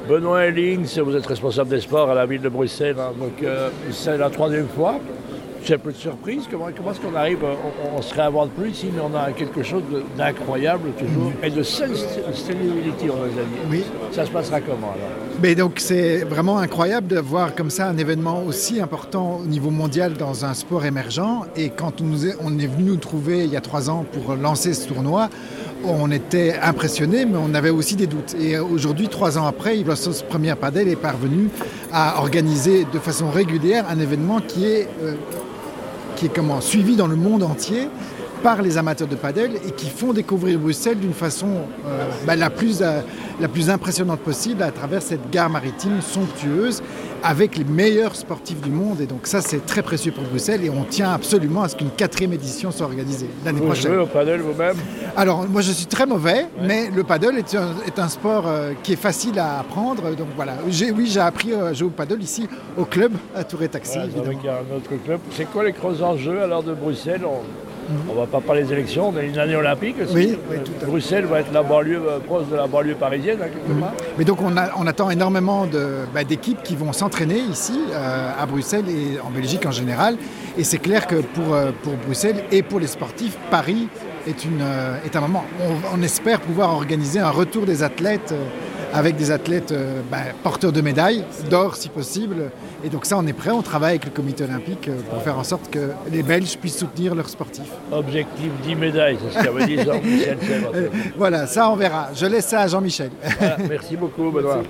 Benoît Ellings, vous êtes responsable des sports à la ville de Bruxelles, hein, donc c'est la troisième fois. C'est un peu de surprise. Comment est-ce qu'on arrive, on se réinvente plus ici, mais on a quelque chose d'incroyable toujours. Et de sustainability, on a dit. Oui. Ça se passera comment alors? Mais donc c'est vraiment incroyable de voir comme ça un événement aussi important au niveau mondial dans un sport émergent. Et quand on est venu nous trouver il y a 3 ans pour lancer ce tournoi, on était impressionnés, mais on avait aussi des doutes. Et aujourd'hui, 3 ans après, Brussels Premier Padel est parvenu à organiser de façon régulière un événement qui est suivi dans le monde entier par les amateurs de padel et qui font découvrir Bruxelles d'une façon la plus impressionnante possible à travers cette gare maritime somptueuse avec les meilleurs sportifs du monde. Et donc ça, c'est très précieux pour Bruxelles et on tient absolument à ce qu'une 4e édition soit organisée l'année prochaine. Vous jouez au padel vous-même? Alors, moi, je suis très mauvais, mais le padel est un sport qui est facile à apprendre. Donc voilà, j'ai appris à jouer au padel ici au club à Touré-Taxi. Voilà, il y a un autre club. C'est quoi les gros enjeux alors de Bruxelles? On ne va pas parler des élections, on a une année olympique aussi. Oui, tout à fait. Bruxelles va être la banlieue proche de la banlieue parisienne, hein, quelque part. Mais donc on attend énormément d'équipes qui vont s'entraîner ici à Bruxelles et en Belgique en général. Et c'est clair que pour Bruxelles et pour les sportifs, Paris est un moment. On espère pouvoir organiser un retour des athlètes avec des athlètes porteurs de médailles, d'or si possible. Et donc ça, on est prêt, on travaille avec le comité olympique pour faire en sorte que les Belges puissent soutenir leurs sportifs. Objectif 10 médailles, c'est ce qu'avait dit Jean-Michel Sèvres. Voilà, ça on verra. Je laisse ça à Jean-Michel. Voilà, merci beaucoup Benoît.